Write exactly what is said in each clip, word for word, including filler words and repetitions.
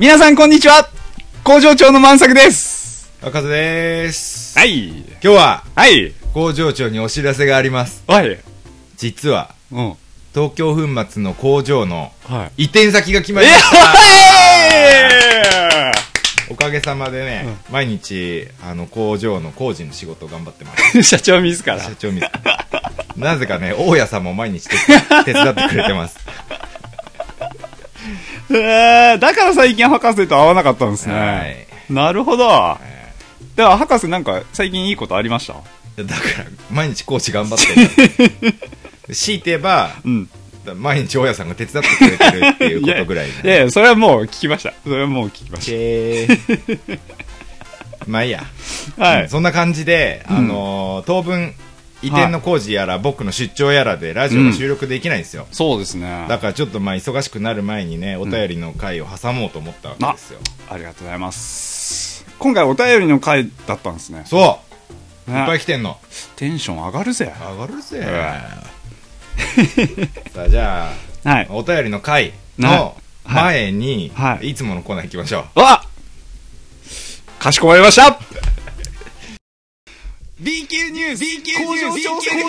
皆さんこんにちは、工場長の万作です。 赤瀬でーす。 はい。 今日は、 はい。 工場長にお知らせがあります。 はい。 実は、 うん。 東京粉末の工場のはい移転先が決まりました。 えおかげさまでね、 うん、 毎日あの工場の工事の仕事を頑張ってます。 社長自ら。 社長自ら。なぜかね、大家さんも毎日手手伝ってくれてます。 えー、だから最近博士と会わなかったんですね。 はい。 なるほど。だから博士なんか最近いいことありました？ だから毎日工事頑張ってる。強いて言えば、うん、毎日大家さんが手伝ってくれてるっていうことぐらい、ね、 いやいや、それはもう聞きました。それはもう聞きました。 まあいいや、 はい、 うん、そんな感じで、あのー、当分移転の工事やら、はい、僕の出張やらでラジオが収録できないんですよ、 うん、そうですね。 だからちょっとまあ忙しくなる前にね、お便りの回を挟もうと思ったわけですよ、 うん、あ, ありがとうございます。今回お便りの回だったんですね。 そう、 ね、 いっぱい来てんの。 テンション上がるぜ。 上がるぜ、さあじゃあ、はい、お便りの回の前に、はい、いつものコーナー行きましょう。 わっ、かしこまりました。 B 級ニュース、 B 級ニュース、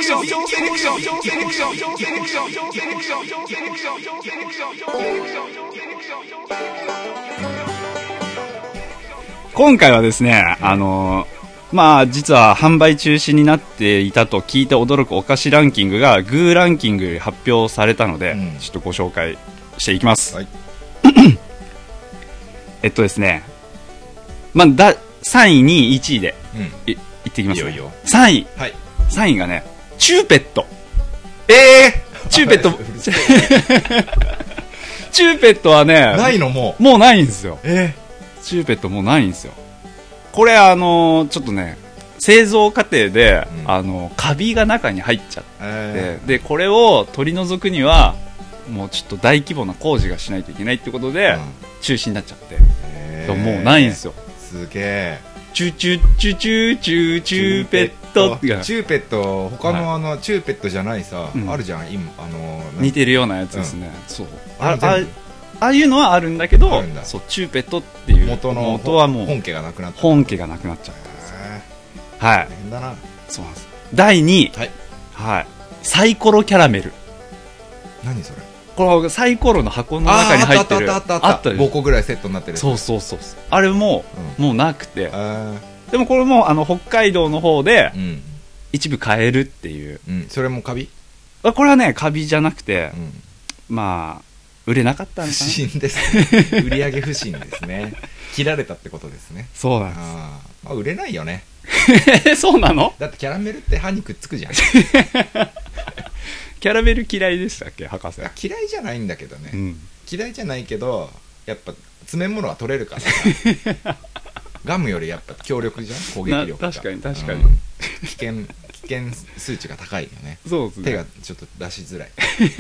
今回はですね、あのーまあ実は販売中止になっていたと聞いて驚くお菓子ランキングがグーランキングで発表されたので、うん、ちょっとご紹介していきます、はい、えっとですね、まあ、ださんいにいいちいで、うん、い, いってきますね。いいよいいよ。さんい、はい、さんいがね、チューペット。 ええー、 チューペットチューペットはね、 ないの？もうもうないんですよ。 えー、チューペットもうないんですよ。これあのー、ちょっとね、製造過程で、うん、あのー、カビが中に入っちゃって、えー、でこれを取り除くにはもうちょっと大規模な工事がしないといけないってことで、うん、中止になっちゃって、えー、もうないんですよ。 すげえ。 チュチュチュチュチュチューペット。 チューペット、他のあの、はい、チューペットじゃないさ、うん、あるじゃん今、あのー、 似てるようなやつですね、うん、そう、ああああいうのはあるんだけど、そう、チューペットっていう元の元はもう本家がなくなった。 本家がなくなっちゃったんですよ。はい。大変だな。 そうなんです。だいにい、はい、はい、サイコロキャラメル。 何それ？ このサイコロの箱の中に入ってる、 あったあったあったあった、ごこぐらいセットになってる。 そうそうそう、あれも、うん、もうなくて、でもこれもあの北海道の方で、うん、一部買えるっていう、 うん、それもカビ？ これはね、カビじゃなくて、うん、まあ売れなかったんですね。不振ですね。売り上げ不振ですね。切られたってことですね。 そうなんです。 あ、まあ、売れないよね。 そうなの？ だってキャラメルって歯にくっつくじゃん。 キャラメル嫌いでしたっけ、博士？ 嫌いじゃないんだけどね、うん、嫌いじゃないけどやっぱ詰め物は取れるからさ。ガムよりやっぱ強力じゃん、攻撃力が。 確かに確かに、 うん、危険危険数値が高いよね。 そうですね。 手がちょっと出しづらい。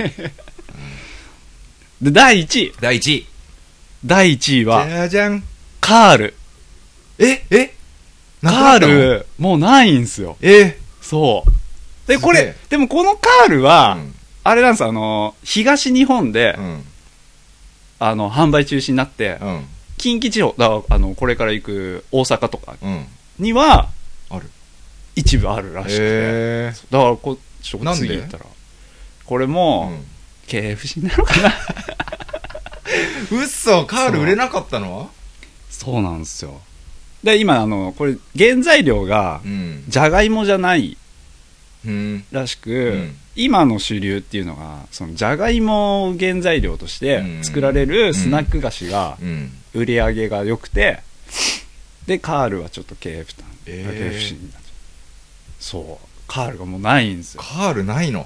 うん、でだいいちい、 だいいちいだいいちいはじゃじゃん、 カール。 ええカールもうないんすよ。 えそうで、これでもこのカールは、うん、あれなんです、あの東日本で、うん、あの販売中止になって、うん、近畿地方だから、あのこれから行く大阪とかには、 ある、 一部あるらしくて、だからこちょっと次行ったらこれも、うん、経営不振なのかな。 うっそ、カール売れなかったのは？ そうなんですよ。で今あのこれ原材料がじゃがいもじゃないらしく、うん、今の主流っていうのがそのじゃがいもを原材料として作られるスナック菓子が売り上げが良くて、でカールはちょっと経営負担、えー、経営不振になっちゃう。そうカールがもうないんですよ。 カールないの？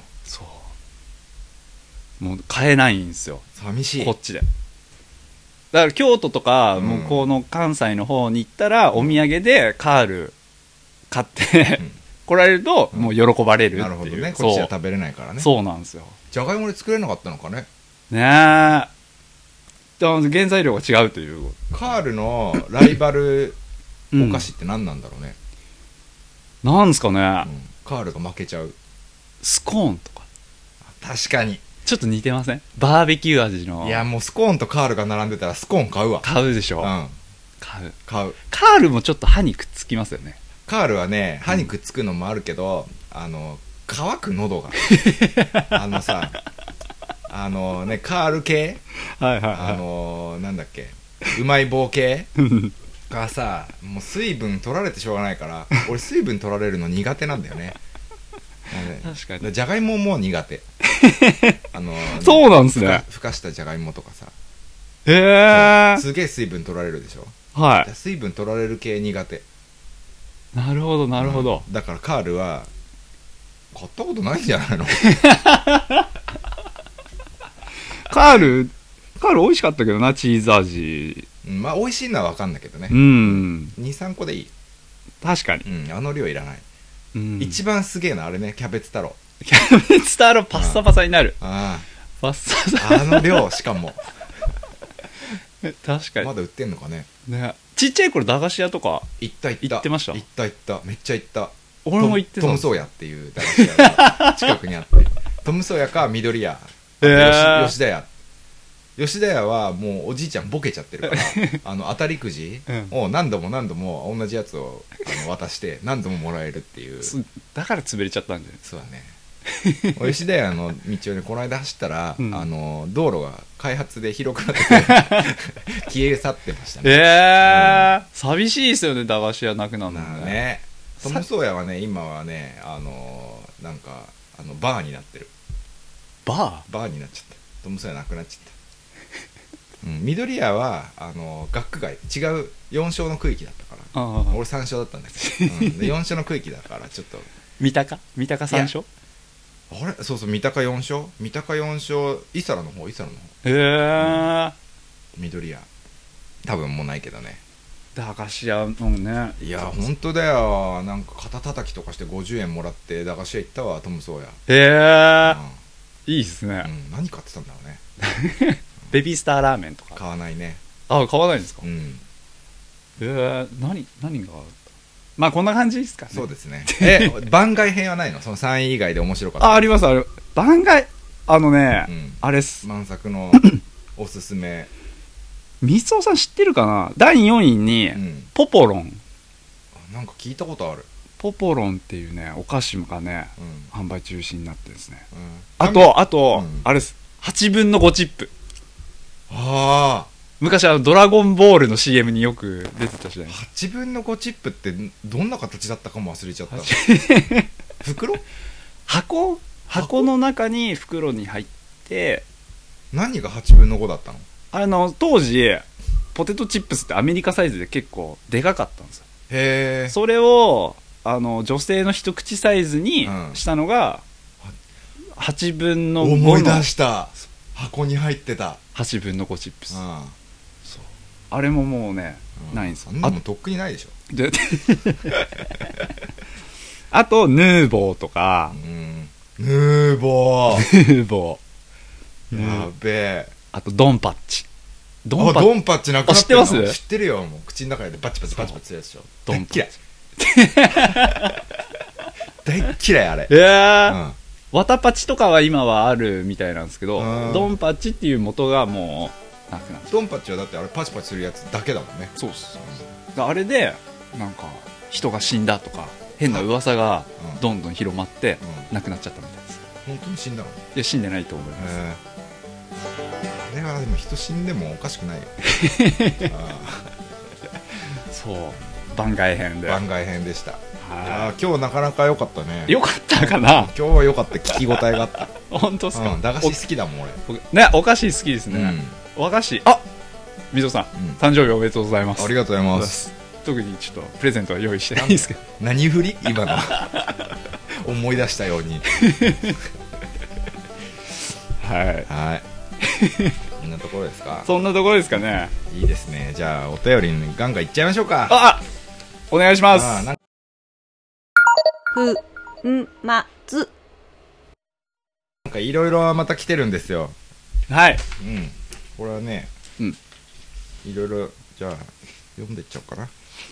そうもう買えないんですよ。 寂しい。 こっちでだから京都とか向こうの関西の方に行ったら、お土産でカール買って来られるともう喜ばれるっていう、 なるほどね。こっちは食べれないからね。 そうなんですよ。 じゃがいもで作れなかったのかね。 ねえ、原材料が違うという。 カールのライバルお菓子って何なんだろうね。 なんですかね、うん、 カールが負けちゃうスコーンとか。 確かにちょっと似てません？バーベキュー味の。 いやもうスコーンとカールが並んでたらスコーン買うわ。 買うでしょ。 うん、 買う買う。 カールもちょっと歯にくっつきますよね。 カールはね歯にくっつくのもあるけど、うん、あの乾く喉があのさあのねカール系、 はいはいはい、 あのなんだっけうまい棒系がさもう水分取られてしょうがないから俺水分取られるの苦手なんだよね。 確かにじゃがいもも苦手あのそうなんですね。 ふかしたじゃがいもとかさ、 へえ、 すげえ水分取られるでしょ。 はい、 水分取られる系苦手。 なるほどなるほど、 うん、だからカールは買ったことないんじゃないのカールカール美味しかったけどな、チーズ味。 まあ美味しいのは分かんだけどね。 うん、 にさんこでいい。 確かに、 うん、あの量いらない、 うん、 一番すげえのあれね、キャベツ太郎。 キャベツ太郎パッサパサになる。 ああパッサパサあの量しかも確かにまだ売ってんのかね。 ね、ちっちゃい頃駄菓子屋とか行った行った行ってました。 行った行っためっちゃ行った。 俺も行ってた。 トムソーヤっていう駄菓子屋が近くにあってトムソーヤか緑屋、 えー、 吉田屋。吉田屋はもうおじいちゃんボケちゃってるからあの当たりくじを何度も何度も同じやつをあの渡して何度ももらえるっていう。 だから潰れちゃったんじゃない？ そうだね吉田屋の道をねこの間走ったら、うん、あの道路が開発で広くなって消え去ってましたね。 えー、うん、寂しいですよね、駄菓子屋なくなるのね。 ね、トムソーヤはね今はねあのなんかあのバーになってる。 バーバーになっちゃった。トムソーヤなくなっちゃった、うん、緑屋はあの学区外違うよん章の区域だったから、あ俺さん章だったんだけど、うん、でよん章の区域だからちょっと三鷹三鷹さん章、 あれそうそう三鷹よん章三鷹よん章伊皿の方伊皿の方。 へえー、 うん、緑屋多分もうないけどね。 駄菓子屋のね。 いや本当だよ、なんか肩叩きとかしてごじゅうえんもらって駄菓子屋行ったわ、トムソーヤ。 へえー、うん、いいっすね、 うん、何買ってたんだろうねベビースターラーメンとか買わないね。 あ、買わないんですか。 うん。 えー、何何がまあこんな感じですかね。 そうですね。え番外編はないの？そのさんい以外で面白かった。 あ、あります。あれ番外あのね、うん、あれっす、 満作のおすすめみつおさん知ってるかな。だいよんいに、うん、ポポロン。 なんか聞いたことある。 ポポロンっていうねお菓子がね、うん、販売中止になってですね、うん、あとあと、うん、あれですはちぶんのごチップ。 ああ昔あのドラゴンボールの シーエム によく出てたじゃないですか。 はちぶんのごチップってどんな形だったかも忘れちゃった。袋箱箱の中に袋に入って。 何がはちぶんのごだったの？ あの当時ポテトチップスってアメリカサイズで結構でかかったんですよ。 へえ。 それをあの女性の一口サイズにしたのが、うん、はちぶんのごの思い出した箱に入ってたはちぶんのごチップス、うん、 そうあれももうね、うん、ないんですよ。 あんなもんとっくにないでしょあとヌーボーとか、 うん、ヌーボーヌーボーやべえ。 あとドンパッチ。 ドンパッチ、ドンパッチなくなってるの？ 知ってます？ 知ってるよ。もう口の中でバチバチバチバチするやつでしょ。 ドンパッチ大っ嫌いあれ。 いやー、うん、ワタパチとかは今はあるみたいなんですけど、ドンパッチっていう元がもうなくなっちゃった。 ドンパッチはだってあれパチパチするやつだけだもんね。 そうっす。あれでなんか人が死んだとか変な噂がどんどん広まってなくなっちゃったみたいです。 本当に死んだの？いや死んでないと思います。 あれはでも人死んでもおかしくないよあそう番外編で番外編でした。あ今日なかなか良かったね。 良かったかな。 今日は良かった。聞き応えがあった本当っすか、 うん、駄菓子好きだもん俺ね。お菓子好きですね、うん、和菓子。あみぞさん、うん、誕生日おめでとうございます。 ありがとうございます。 特にちょっとプレゼントは用意してないんですけど何振り今の思い出したようにはいはいこんなところですか。 そんなところですかね。 いいですね。じゃあお便りにガンガンいっちゃいましょうか。 あお願いします。あなんふんまつなんかいろいろまた来てるんですよ。 はい、 うん、これはね、うん、いろいろじゃあ読んでいっちゃおうかな。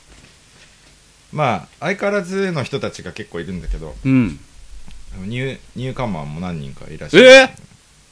まあ相変わらずの人たちが結構いるんだけど、うん、ニューニューカマーも何人かいらっしゃる。 えー、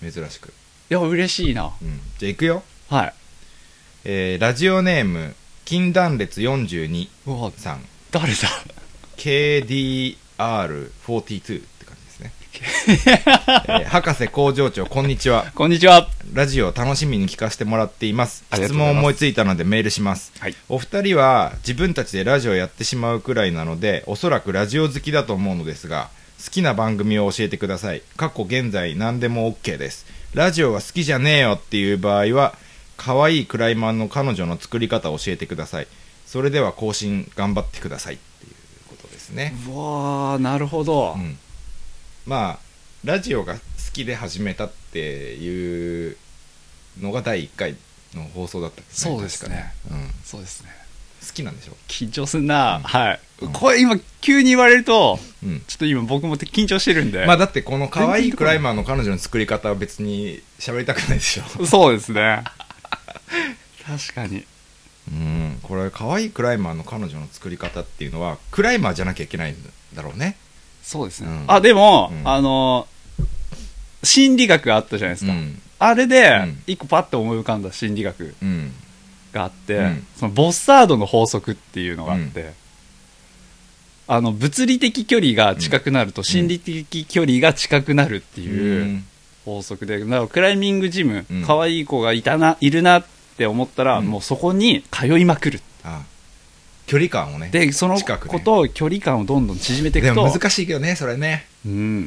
珍しく。 いや嬉しいな、 うん、じゃあ行くよ。 はい。 えー、ラジオネーム禁断列よんじゅうにさん。 誰だ？ ケーディーアールフォーティーツー って感じですね。えー、博士工場長こんにちは。 こんにちは。 ラジオ楽しみに聞かせてもらっています。質問思いついたのでメールします、はい、お二人は自分たちでラジオやってしまうくらいなのでおそらくラジオ好きだと思うのですが、好きな番組を教えてください。過去現在何でも OK です。ラジオは好きじゃねえよっていう場合は可愛いクライマーの彼女の作り方を教えてください。それでは更新頑張ってくださいっていうことですね。 うわー、なるほど、うん、 まあラジオが好きで始めたっていうのがだいいっかいの放送だったっけ、ね、 そうですね、 うん、 そうですね。 好きなんでしょ。 緊張すんな、うん、はい、 うん、 これ今急に言われると、 うん、 ちょっと今僕も緊張してるんで。 まあだってこの可愛いクライマーの彼女の作り方は別に喋りたくないでしょ。 そうですね確かに。 うん、これ可愛いクライマーの彼女の作り方っていうのはクライマーじゃなきゃいけないんだろうね。 そうですね、うん、あでも、うん、あの心理学があったじゃないですか、うん、あれで一個パッと思い浮かんだ心理学があって、うん、そのボッサードの法則っていうのがあって、うん、あの物理的距離が近くなると心理的距離が近くなるっていう法則で、だからクライミングジム、うん、可愛い子がいたないるなって思ったら、うん、もうそこに通いまくる。ああ、 距離感をね。 でその子と距離感をどんどん縮めていくと。 でも難しいけどねそれね、 うん、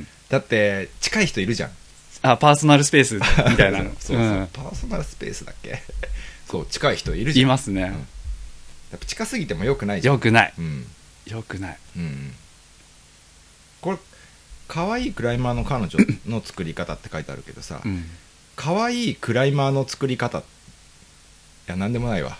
だって近い人いるじゃん。 あ、パーソナルスペースみたいなそうそう、うん、パーソナルスペースだっけそう近い人いるじゃん。 いますね、うん、やっぱ近すぎてもよくないじゃん。 よくない、 うん、 よくない、 うん、これ可愛いクライマーの彼女の作り方って書いてあるけどさ、うん、可愛いクライマーの作り方、いやなんでもないわ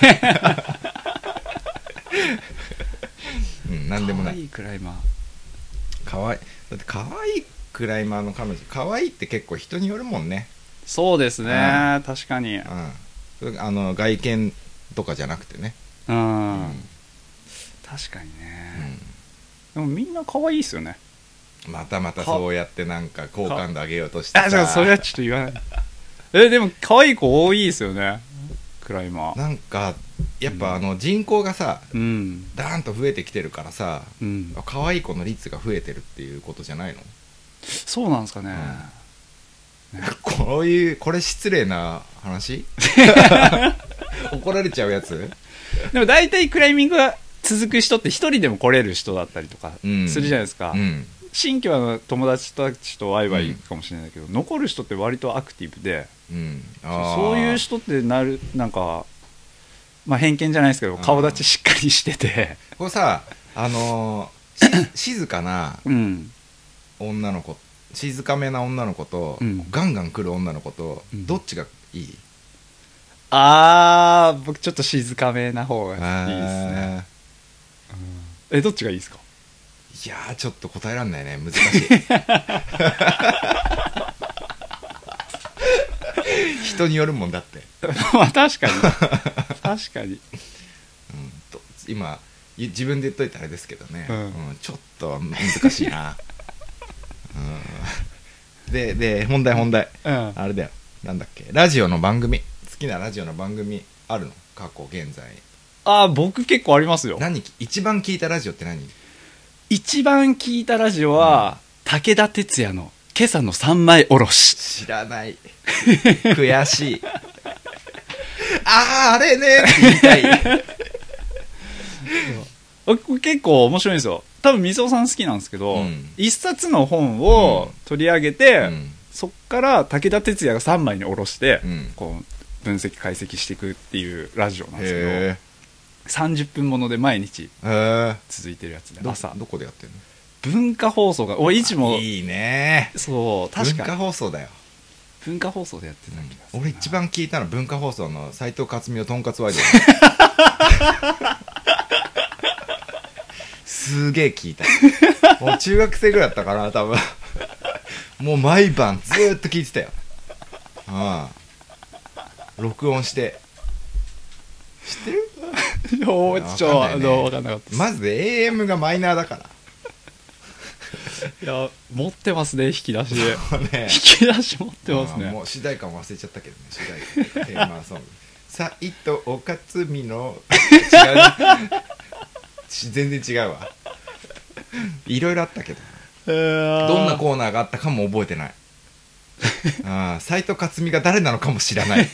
うん、なんでもない。 可愛いクライマー、 可愛い、だって可愛いクライマーの彼女、可愛いって結構人によるもんね。 そうですね、うん、確かに、 うん、あの外見とかじゃなくてね、 うん、うん、確かにね、うん、でもみんな可愛いですよね。 またまたそうやってなんか好感度上げようとしてさ。 あ、じゃあそれはちょっと言わないえでも可愛い子多いですよねクライマー。 なんかやっぱあの人口がさ、 うん、 ダーンと増えてきてるからさ、うん、可愛い子の率が増えてるっていうことじゃないの？ そうなんですかね、 うん、ねこういうこれ失礼な話怒られちゃうやつ。 でも大体クライミングが続く人って一人でも来れる人だったりとかするじゃないですか、うんうん、新規は友達たちとワイワイ行くかもしれないけど、うん、残る人って割とアクティブで、うん、あそういう人ってなるなんか、まあ、偏見じゃないですけど顔立ちしっかりしててこれさあのー、静かな女の子、うん、静かめな女の子と、うん、ガンガン来る女の子と、うん、どっちがいい？ あー僕ちょっと静かめな方がいいですね、うん、えどっちがいいですか？ いやーちょっと答えらんないね、難しい人によるもんだってまあ確かに確かに、うん、 と今自分で言っといてあれですけどね、うんうん、ちょっと難しいな、うん、でで本題本題、うん、あれだよ、なんだっけ、ラジオの番組、好きなラジオの番組あるの？過去現在。 ああ僕結構ありますよ。 何一番聞いたラジオって何？ 一番聞いたラジオは、うん、武田鉄矢の今朝の三枚おろし。 知らない悔しいあああれねって言いたい結構面白いんですよ。多分水尾さん好きなんですけど、うん、一冊の本を取り上げて、うん、そっから武田鉄矢がさんまいにおろして、うん、こう分析解析していくっていうラジオなんですけど、さんじゅっぷんもので毎日続いてるやつで、 朝 ど, どこでやってるの？ 文化放送がおいつもいいね。 そう確か文化放送だよ。 文化放送でやってた気がする、 うん、俺一番聞いたの文化放送の斉藤克美のとんかつワイドすげえ聞いたもう中学生ぐらいだったかな多分もう毎晩ずーっと聞いてたよああ録音して知ってるちょっと分かんなかったです。 まず エーエム がマイナーだからいや持ってますね引き出し、 ね、 引き出し持ってますね。 もう主題歌も忘れちゃったけどね、主題歌テーマソング斉藤克美の違う全然違うわ。いろいろあったけど、 えー、 どんなコーナーがあったかも覚えてない。あ斉藤克美が誰なのかも知らない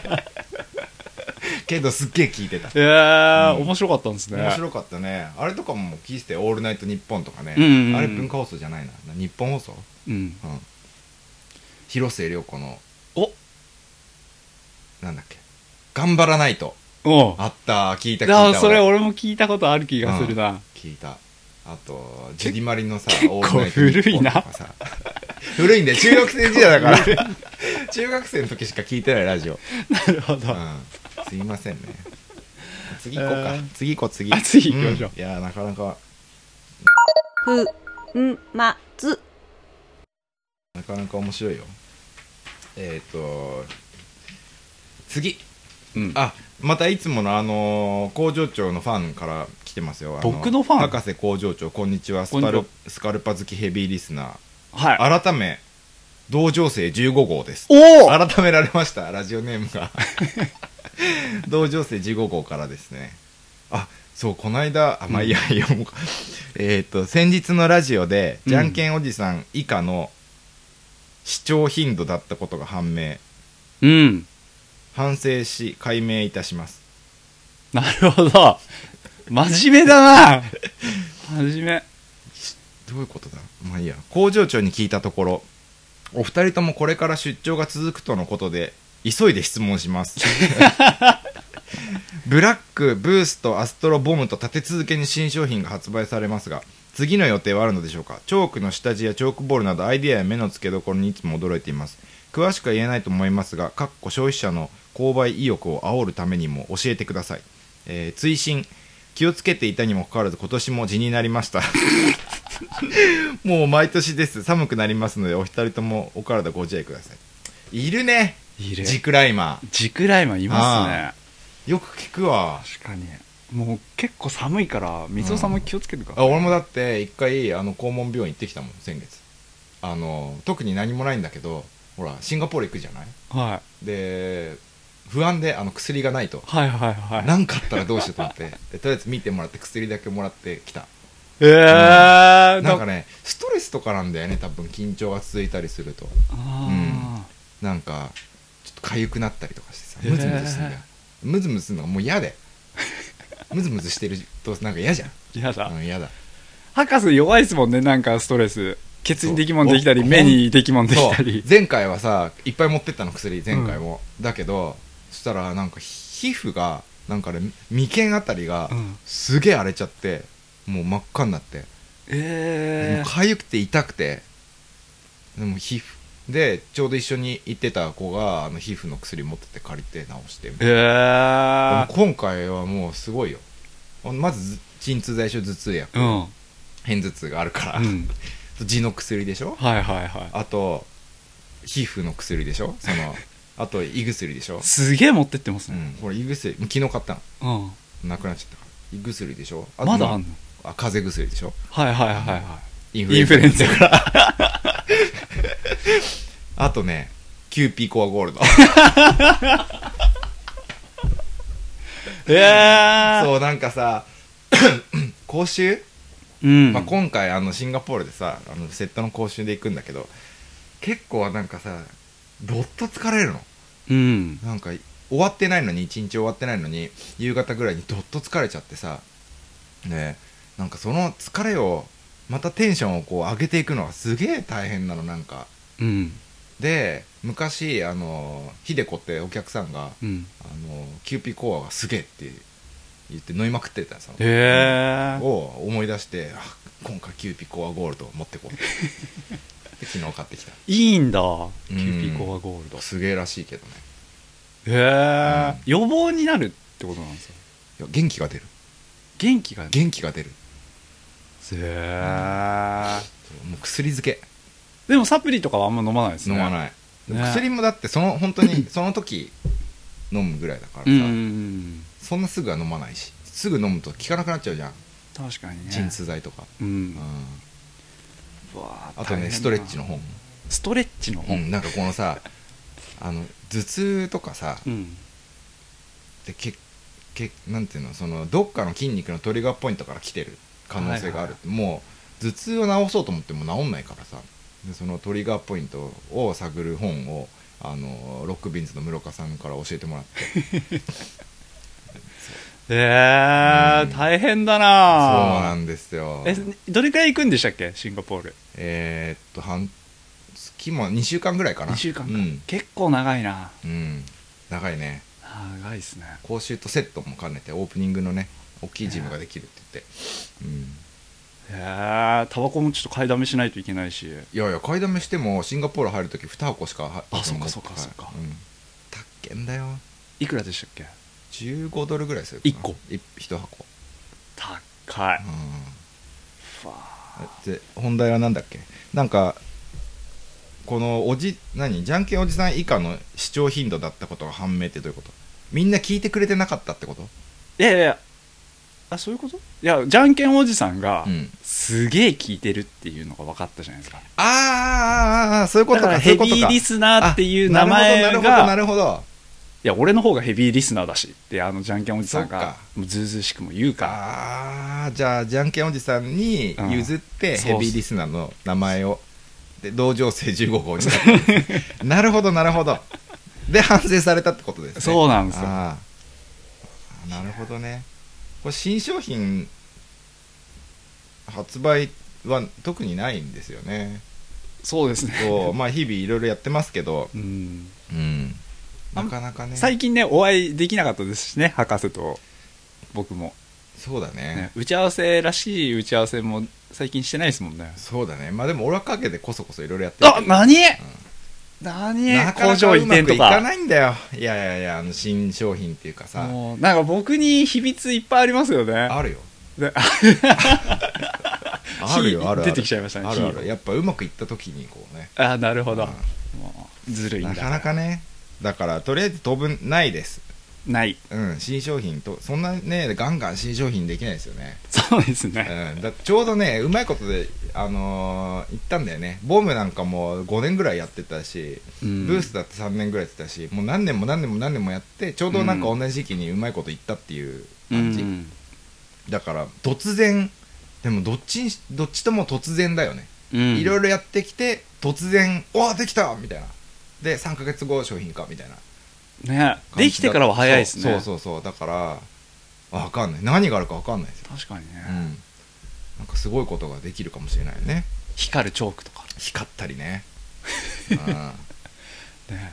けどすっげえ聞いてた。 えーうん、 面白かったんですね。 面白かったね。あれとかも聞いてて、オールナイトニッポンとかね、 うんうんうん、 あれ文化放送じゃないな、日本放送、 うん、うん、 広末涼子のおなんだっけ、頑張らないと、 おあった、聞いた聞いた。 あそれ俺も聞いたことある気がするな、うん、 聞いた。あとジュディマリのさ、 結構古いな古いんで、中学生時代だから中学生の時しか聞いてないラジオ。 なるほど、うん、 すいませんね。次行こうか、えー、次行こう次あ次行きましょう、 うん、いやなかなかふんまつなかなか面白いよ。えっ、ー、と次、うん、あまたいつものあのー、工場長のファンから来てますよ。 僕のファン、 博士工場長こんにちは、スカルスカルパ好きヘビーリスナー、 はい、 改め同情生じゅうご号です。 お改められました、ラジオネームが同情生じゅうご号からですね。あそうこの間あまあいいや、うん、読もうかえっと先日のラジオで、うん、じゃんけんおじさん以下の視聴頻度だったことが判明、 うん、 反省し解明いたします。 なるほど、真面目だな真面目。 どういうことだ。まあいいや。工場長に聞いたところ、お二人ともこれから出張が続くとのことで急いで質問しますブラック、ブースト、アストロボムと立て続けに新商品が発売されますが、次の予定はあるのでしょうか。チョークの下地やチョークボールなどアイデアや目の付けどころにいつも驚いています。詳しくは言えないと思いますが、かっこ消費者の購買意欲を煽るためにも教えてください。えー、追伸、気をつけていたにもかかわらず今年も地になりましたもう毎年です。寒くなりますのでお二人ともお体ご自愛ください。いるね、 いるジクライマー。 ジクライマーいますね。 よく聞くわ。 確かにもう結構寒いから水尾さんも気をつけてください、うん、あ俺もだって一回あの肛門病院行ってきたもん先月。あの特に何もないんだけど、ほらシンガポール行くじゃない、 はい、 で不安であの薬がないと、 はいはいはい、 何かあったらどうしようと思ってでとりあえず見てもらって薬だけもらってきた。 えー、 うん、なんかねストレスとかなんだよね多分、緊張が続いたりすると。 あ、 うん、なんかちょっと痒くなったりとかしてさ、ムズムズするんだよ。ムズムズするのがもう嫌でムズムズしてるとなんか嫌じゃん。 嫌だ、 うん、嫌だ。 博士弱いですもんね、なんかストレス。ケツにできもんできたり目にできもんできたり。 前回はさいっぱい持ってったの薬、前回も、うん、だけどそしたらなんか皮膚がなんかね眉間あたりがすげえ荒れちゃって、うん、もう真っ赤になって、 えー、 痒くて痛くて、でも皮膚でちょうど一緒に行ってた子があの皮膚の薬持ってて借りて治して、 えー、 でも今回はもうすごいよ。まず鎮痛剤、頭痛薬、うん、片頭痛があるから、うん痔の薬でしょ、 はいはいはい、 あと皮膚の薬でしょ、そのあと胃薬でしょ。 すげえ持ってってますね、 うん、これ胃薬昨日買ったの、うん、なくなっちゃったから胃薬でしょ。あとまだあんの。 あ風邪薬でしょ。 はいはいはいはい、 インフルエンザからあとねキューピーコアゴールドえー、 そうなんかさ講習、 うんまあ、今回あのシンガポールでさあのセットの講習で行くんだけど、結構なんかさどっと疲れるの、 うん、 なんか終わってないのに一日終わってないのに夕方ぐらいにどっと疲れちゃってさ、ね、なんかその疲れをまたテンションをこう上げていくのがすげえ大変なのなんか、 うん、 で昔あのひでこってお客さんが、 うん、 あのキューピーコアがすげえって言って飲みまくってたんですよ、 へー、 を思い出して、あ今回キューピーコアゴールド持ってこうで昨日買ってきた。 いいんだキューピーコアゴールド、 すげえらしいけどね。 へえ、うん、予防になるってことなんですよ。 いや元気が出る、 元気が元気が出る。 へえ、 うん、もう薬漬け。 でもサプリとかはあんま飲まないですね。 飲まない、ね、薬もだってその本当にその時飲むぐらいだからさ、うんうんうん、そんなすぐは飲まないし、すぐ飲むと効かなくなっちゃうじゃん。 確かにね、 鎮痛剤とか、 うん、うん、 あとねストレッチの本ストレッチの本、 うん、なんかこのさあの頭痛とかさ、うん、でけけなんていうのそのどっかの筋肉のトリガーポイントから来てる可能性がある、はいはい、もう頭痛を治そうと思っても治んないからさでそのトリガーポイントを探る本をあのロックビンズの室岡さんから教えてもらってえーうん、大変だな。 そうなんですよ。 えどれくらい行くんでしたっけシンガポール。 えー、っと半月もにしゅうかんぐらいかな。 にしゅうかんか、うん、結構長いな。 うん長いね。 長いですね。 講習とセットも兼ねてオープニングのね大きいジムができるって言って、うん、 へえタバコもちょっと買いだめしないといけないし。 いやいや買いだめしてもシンガポール入るときに箱しか入ってない。あそうかそうかそうか、 うん、たっけんだよ。 いくらでしたっけ。 じゅうごドルぐらいするかな。いっこいち箱高い、 うん、で本題はなんだっけ。なんかこのおじ何じゃんけんおじさん以下の視聴頻度だったことが判明ってどういうこと。みんな聞いてくれてなかったってこと。 いやいやあそういうこと。いやじゃんけんおじさんがすげえ聞いてるっていうのが分かったじゃないですか、うん、 ああそういうことか。 ヘビーリスナーっていう名前がなるほどなるほどなるほど。 いや俺の方がヘビーリスナーだしってあのじゃんけんおじさんがもうずうずうしくも言うから。 ああじゃあじゃんけんおじさんに譲ってヘビーリスナーの名前を、うん、で同情生じゅうご号になったなるほどなるほど。で反省されたってことですね。 そうなんですよ。 あなるほどね。これ新商品発売は特にないんですよね。 そうですね。 そうまあ日々いろいろやってますけど、うん、うん、なかなかね最近ねお会いできなかったですしね博士と僕も。 そうだ ね, ね打ち合わせらしい打ち合わせも最近してないですもんね。 そうだね。まあでも俺は陰でこそこそいろいろやってる。 あ何、うん何工場移転とかいかないんだよ。いやいやいやあの新商品っていうかさもうなんか僕に秘密いっぱいありますよね。 あるよあるよあるある出てきちゃいましたね。 あるあるやっぱうまくいった時にこうね。 あなるほど、うん、もうずるいんだなかなかね。だからとりあえず当分ないです。 ない、 うん、新商品とそんなねガンガン新商品できないですよね。 そうですね、 うん、だちょうどねうまいことで、あのー、言ったんだよね。ボムなんかもごねんぐらいやってたし、うん、ブースだってさんねんぐらいやってたしもう何年も何年も何年もやってちょうどなんか同じ時期にうまいこと言ったっていう感じ、うん、だから突然でもどっちどっちとも突然だよね、うん、いろいろやってきて突然おーできたみたいなでさんかげつご商品かみたいなね、できてからは早いですね。 そうそうそうだから分かんない何があるか分かんないですよ。 確かにね、 うん、なんかすごいことができるかもしれないね。 光るチョークとか光ったりねうんね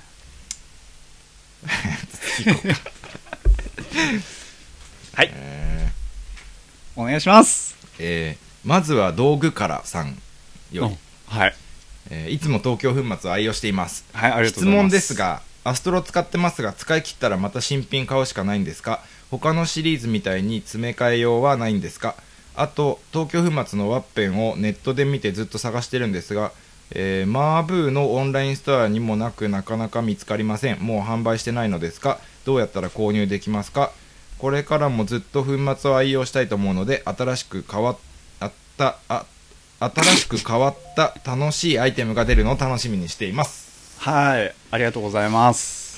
はい、えー、お願いします。 えー、まずは道具からさんより、 はいえー、いつも東京粉末を愛用しています。 はい、ありがとうございます。 質問ですがアストロ使ってますが使い切ったらまた新品買うしかないんですか。他のシリーズみたいに詰め替え用はないんですか。あと東京粉末のワッペンをネットで見てずっと探してるんですが、えー、マーブーのオンラインストアにもなくなかなか見つかりません。もう販売してないのですか。どうやったら購入できますか。これからもずっと粉末を愛用したいと思うので新しく変わったあ新しく変わった楽しいアイテムが出るのを楽しみにしています。 はい、ありがとうございます。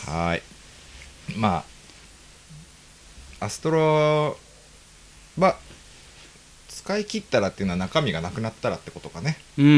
はい、まあアストロは使い切ったらっていうのは中身がなくなったらってことかね。 うん、うん、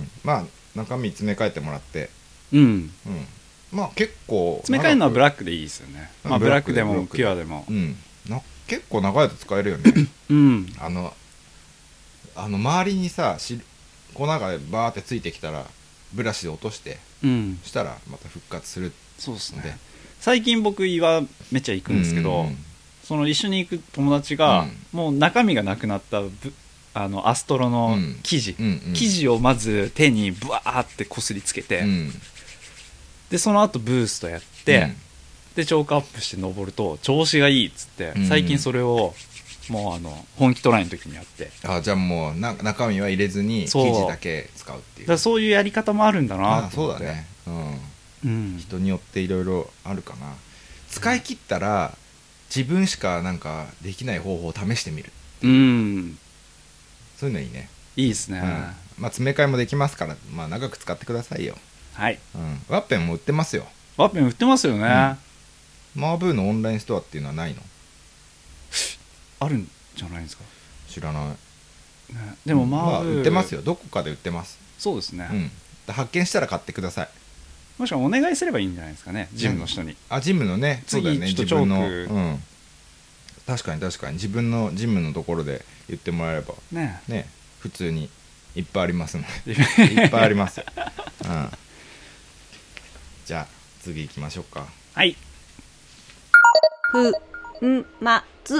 まあ中身詰め替えてもらって、 うん、うん、 まあ結構詰め替えるのはブラックでいいですよね。まあ、ブラックでもピュアでも、 うん、な結構長いと使えるよねうん、 あのあの周りにさし粉がバーってついてきたらブラシで落として、うん、したらまた復活する。 そうですね。最近僕岩めっちゃ行くんですけど、うんうん、その一緒に行く友達が、うん、もう中身がなくなったあのアストロの生地、うんうんうん、生地をまず手にブワーってこすりつけて、うん、でその後ブーストやって、うん、でチョークアップして登ると調子がいいっつって、うん、最近それをもうあの本気トライの時にやって。 あじゃあもうな中身は入れずに生地だけ使うっていう。 だそういうやり方もあるんだなと思って。そうだね、うんうん、人によっていろいろあるかな。使い切ったら自分しかなんかできない方法を試してみる。 うん、 そういうのいいね。 いいですね、 まあ、詰め替えもできますから、まあ、長く使ってくださいよ。 はい、 うん、ワッペンも売ってますよ。 ワッペン売ってますよね、うん、マーブーのオンラインストアっていうのはないの？ あるんじゃないですか？ 知らない、ね、 でもマーブー、 まあ、売ってますよ。どこかで売ってます。 そうですね、 うん、発見したら買ってください。 もしくはお願いすればいいんじゃないですかね、ジムの人に。 あ、ジムのね、そうだよね、 次ちょっとチョーク、 自分の、うん、確かに確かに自分のジムのところで言ってもらえればね、 ね、普通にいっぱいありますのでいっぱいありますよ、うん、じゃあ次行きましょうか。 はい。 ふんまつ、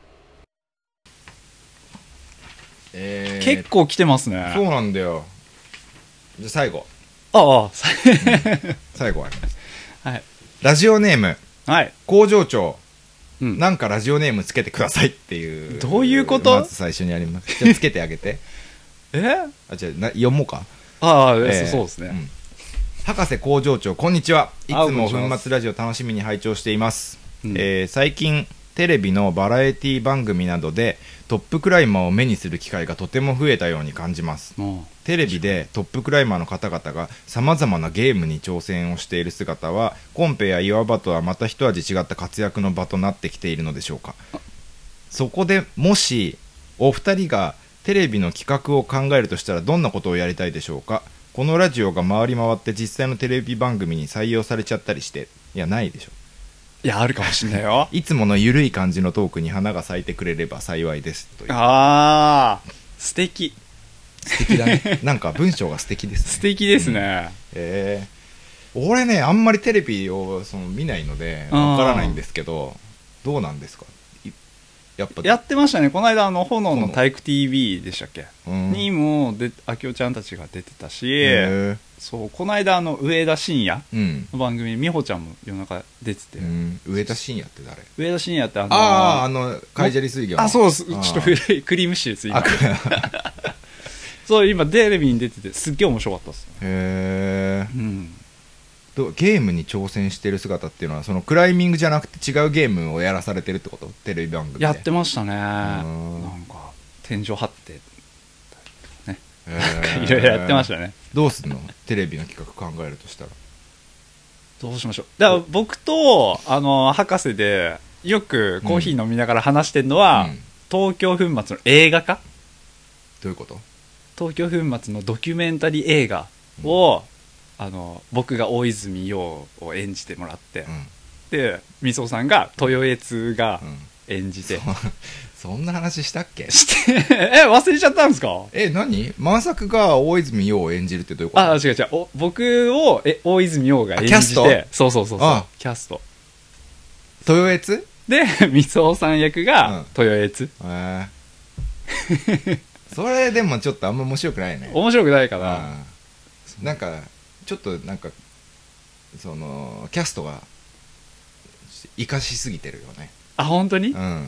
えー、結構来てますね。 そうなんだよ。じゃあ最後、 ああ、うん、 最後あります、 はい、 ラジオネーム、 はい、 工場長、 うん、 なんかラジオネームつけてくださいっていう。 どういうこと？ まず最初にあります。じゃあつけてあげてえあ、じゃあな読もうか。 ああ、えー、そうですね、うん、 博士工場長、こんにちは。いつも粉末ラジオ楽しみに拝聴しています、うん、えー、最近テレビのバラエティ番組などでトップクライマーを目にする機会がとても増えたように感じます。テレビでトップクライマーの方々がさまざまなゲームに挑戦をしている姿はコンペや岩場とはまた一味違った活躍の場となってきているのでしょうか。そこでもしお二人がテレビの企画を考えるとしたらどんなことをやりたいでしょうか。このラジオが回り回って実際のテレビ番組に採用されちゃったりして。いや、ないでしょ。 いや、あるかもしれないよいつものゆるい感じのトークに花が咲いてくれれば幸いですという。 あー、素敵。 素敵だねなんか文章が素敵ですね。 素敵ですね、うん、 えー、俺ね、あんまりテレビをその見ないのでわからないんですけど、どうなんですか。やっぱやってましたね。この間あの炎の体育 ティーブイ でしたっけ、うん、にもであきおちゃんたちが出てたし、そう、この間あの上田晋也の番組、うん、美穂ちゃんも夜中出てて、うん、 上田晋也って誰？ 上田晋也ってあのー、 ああ、あのカイジャリ水魚の、 あ、そうです。ちょっと古いクリームシチューです今そう、今テレビに出ててすっげえ面白かったです、ね、 へえ、うん、ゲームに挑戦してる姿っていうのはそのクライミングじゃなくて違うゲームをやらされてるってこと？テレビ番組でやってましたね。なんか天井張ってね、いろいろやってましたね。 どうすんの？テレビの企画考えるとしたらどうしましょう。だから僕とあの博士でよくコーヒー飲みながら話してるのは、うん、東京粉末の映画化。 どういうこと？ 東京粉末のドキュメンタリー映画を、うん、あの僕が大泉洋を演じてもらって、うん、でみそさんが豊悦が演じて、うん、 そ, そんな話したっけ？ してえ忘れちゃったんですか？ え、何？万作が大泉洋を演じるってどういうこと？ あ、違う違う、お僕をえ大泉洋が演じて、キャスト？そうそうそうそう、キャスト豊悦でみそさん役が豊悦、うん、へえそれでもちょっとあんま面白くないね。 面白くないかな。 なんかちょっとなんかそのキャストが生かしすぎてるよね。 あ、本当に？ うん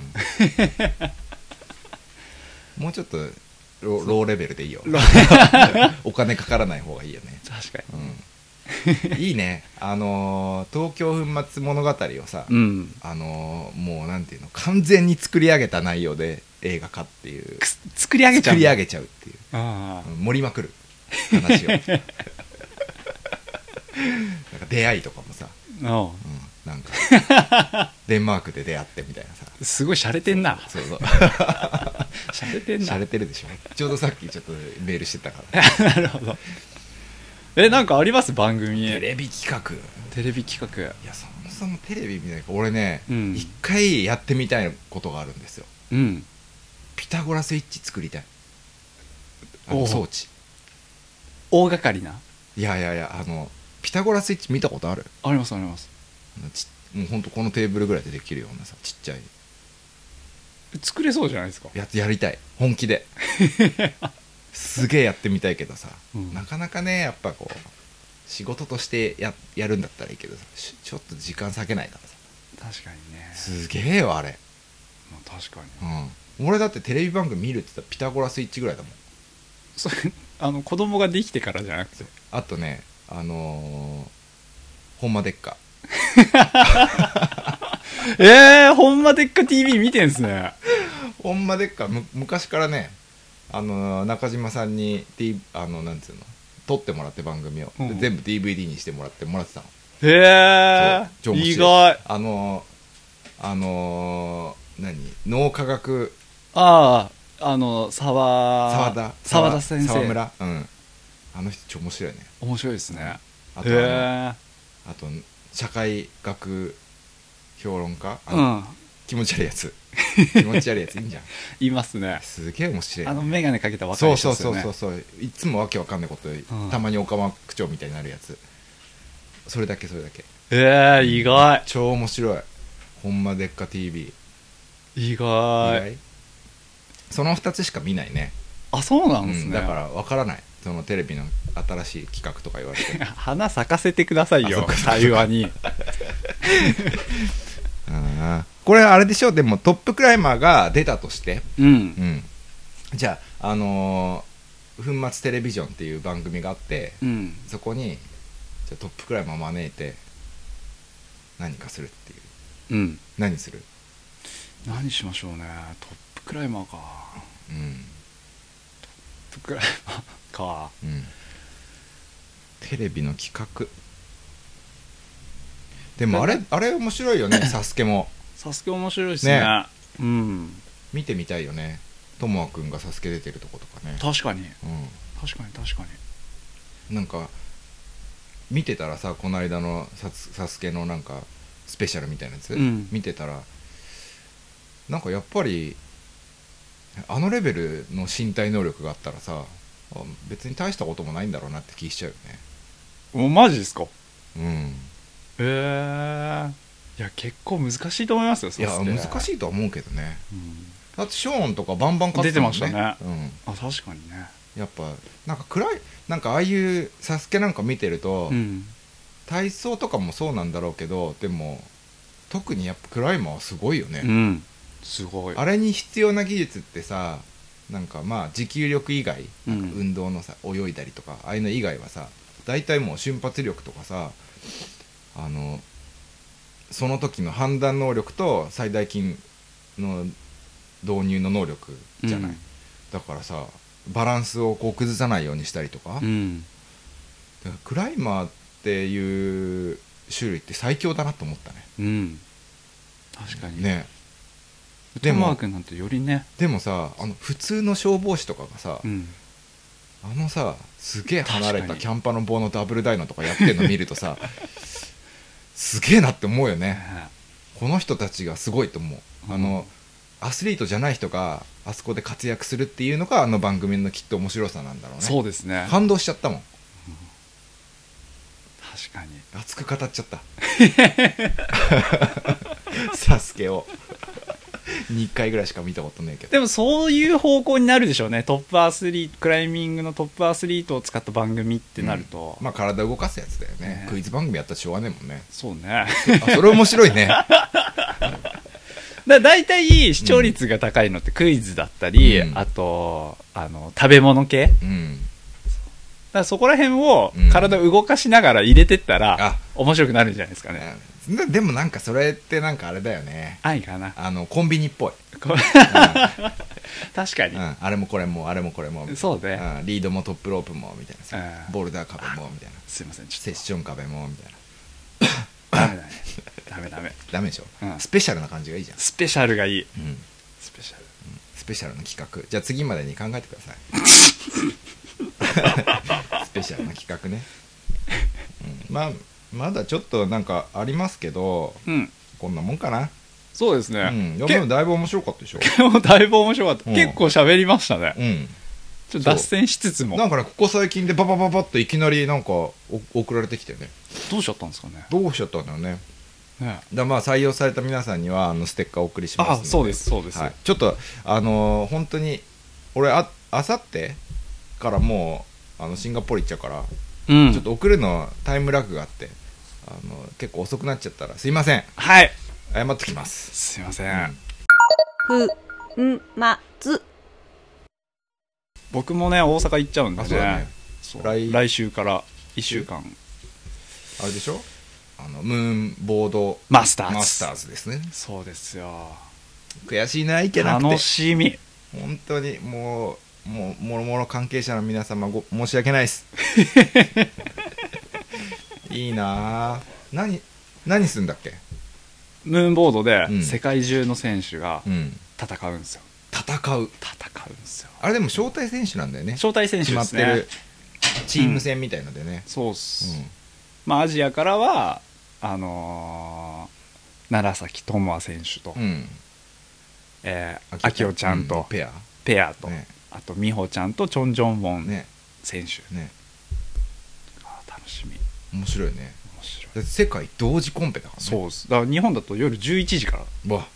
もうちょっと ロ, ローレベルでいいよお金かからない方がいいよね。 確かに、うん、いいね。あのー、東京粉末物語をさ、うん、あのー、もうなんていうの、完全に作り上げた内容で映画化っていう作り上げちゃう作り上げちゃうっていう、あ、うん、盛りまくる話をなんか出会いとかもさ、うん、なんかデンマークで出会ってみたいなさ、 すごいシャレてんな。そうそうシャレてんな。 シャレてるでしょ。ちょうどさっきちょっとメールしてたからなるほど。え、なんかあります？番組テレビ企画。 テレビ企画、 いや、そもそもテレビみたいな、俺ね、一、うん、回やってみたいことがあるんですよ。うん、ピタゴラスイッチ作りたい。あの装置大掛かりな。 いやいやいや、あのピタゴラスイッチ見たことある？ ありますあります。 ちもうほんとこのテーブルぐらいでできるようなさ、ちっちゃい作れそうじゃないですか。 やつやりたい、本気ですげえやってみたいけどさ、うん、なかなかね、やっぱこう仕事として や, やるんだったらいいけどさ、ちょっと時間割けないからさ。 確かにね。 すげえよあれ、 まあ、確かに、うん、俺だってテレビ番組見るって言ったらピタゴラスイッチぐらいだもん。 それあの子供ができてからじゃなくて、 あとね、あのー、ほんまでっかえー、ほんまでっか ティーブイ 見てんすね。 ほんまでっか、む昔からね、 あの中島さんに、D、あのなんつうの撮ってもらって番組を、うん、全部 ディーブイディー にしてもらってもらってたの。 へえ、意外。 あのあの何脳科学、 ああ、あの沢沢田沢田先生、 沢村、うん、あの人超面白いね。 面白いですね。 あとあのあと社会学評論家、あの、うん、気持ち悪いやつ気持ち悪いやついいんじゃんいますね。 すげえ面白い、ね、 あの眼鏡かけた若い人ですよね。 そうそうそうそう、いつもわけわかんないこと、うん、たまにオカマ区長みたいになるやつ、それだけそれだけ。 えー、意外。 超面白い。ほんまでっか ティービー。意外。 意外。そのふたつしか見ないね。 あ、そうなんですね、うん、 だからわからない、そのテレビの新しい企画とか言われて花咲かせてくださいよ、対話にあ、これあれでしょ。でもトップクライマーが出たとして、 うん、うん、 じゃあ、あのー、粉末テレビジョンっていう番組があって、 うん、 そこにじゃあトップクライマー招いて何かするっていう、 うん、 何する？ 何しましょうね。トップクライマーか、 うん、 トップクライマーか、 うん、テレビの企画でもあれあれ面白いよねサスケも。 サスケ面白いですね。ね、うん、 見てみたいよね。ともあくんがサスケ出てるとことかね。 確かに、うん、確かに確かに。なんか見てたらさ、この間のサス、サスケのなんかスペシャルみたいなやつ、うん、見てたらなんかやっぱりあのレベルの身体能力があったらさ、別に大したこともないんだろうなって気しちゃうよね。 お、マジですか？ うん。 えー、いや結構難しいと思いますよ。 いや難しいとは思うけどね、 うん、 だってショーンとかバンバン勝ってたもんね。 出てましたね、 うん、あ、確かにね。 やっぱなんか暗い、なんかああいうサスケなんか見てると、 うん、 体操とかもそうなんだろうけど、でも特にやっぱクライマーはすごいよね、 うん、すごい。 あれに必要な技術ってさ、なんかまあ持久力以外、なんか運動のさ、泳いだりとかああいうの以外はさ、大体もう瞬発力とかさ、あのその時の判断能力と最大筋の導入の能力じゃない、うん、だからさバランスをこう崩さないようにしたりとか、 うん、 だからクライマーっていう種類って最強だなと思ったね。 うん、確かにね。 でもなんてよりね。 でもさ、あの普通の消防士とかがさ、 うん、 あのさすげえ離れたキャンパの棒のダブルダイナとかやってるの見るとさすげえなって思うよね。この人たちがすごいと思う、うん、あのアスリートじゃない人があそこで活躍するっていうのがあの番組のきっと面白さなんだろうね。 そうですね。 感動しちゃったもん、うん、 確かに熱く語っちゃったサスケをにかいぐらいしか見たことないけど。 でもそういう方向になるでしょうね。トップアスリート、クライミングのトップアスリートを使った番組ってなると、 うん、まあ体動かすやつだよね、ね。クイズ番組やったらしょうがねえもんね。 そうね。 あ、それ面白いね。 だだいたい視聴率が高いのってクイズだったり、うん、あとあの食べ物系、 うん、 だからそこら辺を体を動かしながら入れてったら、うん、面白くなるんじゃないですかね。 でもなんかそれってなんかあれだよね。 愛かな。 あのコンビニっぽい。うん、確かに、 うん、あれもこれもあれもこれも。 そうね、 うん、リードもトップロープもみたいなさ、うん、ボルダー壁もみたいな。 すいません、ちょっとセッション壁もみたいな。 ダメだね。ダメダメ。 ダメでしょ、 うん。 スペシャルな感じがいいじゃん。 スペシャルがいい。 うん、 スペシャル、 うん。スペシャルの企画。じゃあ次までに考えてください。スペシャルな企画ね。うん、まあまだちょっとなんかありますけど、 うん、 こんなもんかな。 そうですね。 うん、でもだいぶ面白かったでしょ。 でもだいぶ面白かった。うん、結構喋りましたね。 うん。 ちょっと脱線しつつも。 なんかね、ここ最近でババババッといきなりなんか送られてきてね。 どうしちゃったんですかね。 どうしちゃったんだよね。 ね、 だまあ採用された皆さんにはあのステッカーをお送りしますので。 あ、そうですそうです。 はい、ちょっとあのー、本当に俺ああさってからもうあのシンガポール行っちゃうから、 うん、 ちょっと送るのタイムラグがあって。あの結構遅くなっちゃったらすいません。 はい、 謝ってきます。 すいません。 ふんまつ。 僕もね大阪行っちゃうんで ね, そうだね。 そう来, 来週からいっしゅうかんあれでしょ、あのムーンボードマスターズマスターズですね。 そうですよ。 悔しいな、いけなくて。 楽しみ。 本当にもうもうもろもろ関係者の皆様ご申し訳ないですいいな。何何するんだっけ。 ムーンボードでうん世界中の選手がうん戦うんですよ、 戦う戦うんですよ。 あれでも招待選手なんだよね。 招待選手ですね。 決まってるチーム戦みたいのでね、 そうっす、まあアジアからはあのー、楢崎智亜選手と、 うん、うん、 えー、あきおちゃんと、 うんペアペアと、 ねあと美穂ちゃんとチョン・ジョンウォンね選手、 ねあー楽しみ、 面白いね。 面白い。 だって世界同時コンペだからね。 そうっす。だから日本だと夜じゅういちじからわ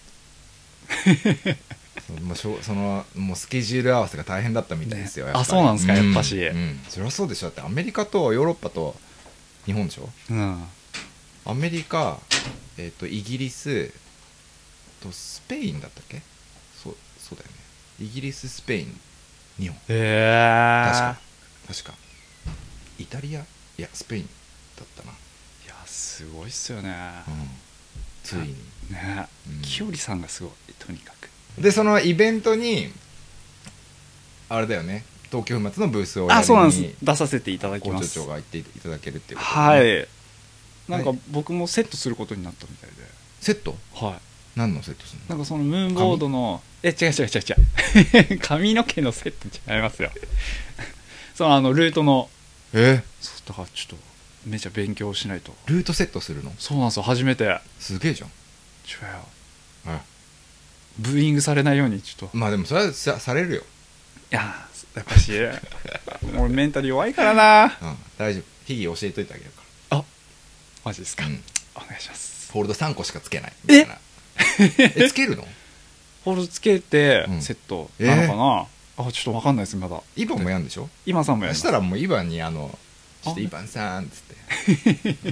そまあ、しょそのもうスケジュール合わせが大変だったみたいですよ、 ねやっぱり。 あそうなんですかやっぱしうんうんそりゃそうでしょ。だってアメリカとヨーロッパと日本でしょ。 うんアメリカ、えー、とイギリスとスペインだったっけ。そうそうだよね。イギリス、スペイン、日本、 へえ確か確かイタリア、いやスペインだったな、 いやすごいっすよね、 うん、ついに。 ね、 うんきよりさんがすごいとにかく。 でそのイベントにあれだよね、東京粉末のブースをやりにあそうなんです、出させていただき校長ます。 長が行っていただけるっていうことで、 はね、 い、なんか僕もセットすることになったみたいで、 セットはい、 何のセットするの。 なんかそのムーンボードのえ違う違う違う違う髪の毛のセット違いますよそのあのルートのえそうだからちょっとめちゃ勉強しないと。 ルートセットするの。 そうなんですよ、初めて。 すげえじゃん。 ちょよはいブーイングされないようにちょっと。 まあでもそれはさ、されるよ、 いややっぱし俺メンタル弱いからな。 うん、大丈夫。秘技教えといてあげるかあマジですか、 ら、うん、 お願いします。 ホールドさんこしかつけないみたいな。えつけるの。 ホールドつけてうんセットなのかな、あちょっと分かんないですまだ。 イバンもやんでしょ。 今さんもやります。 そしたらもうイバンにあのちょっとイバンさんっつって、うんうん、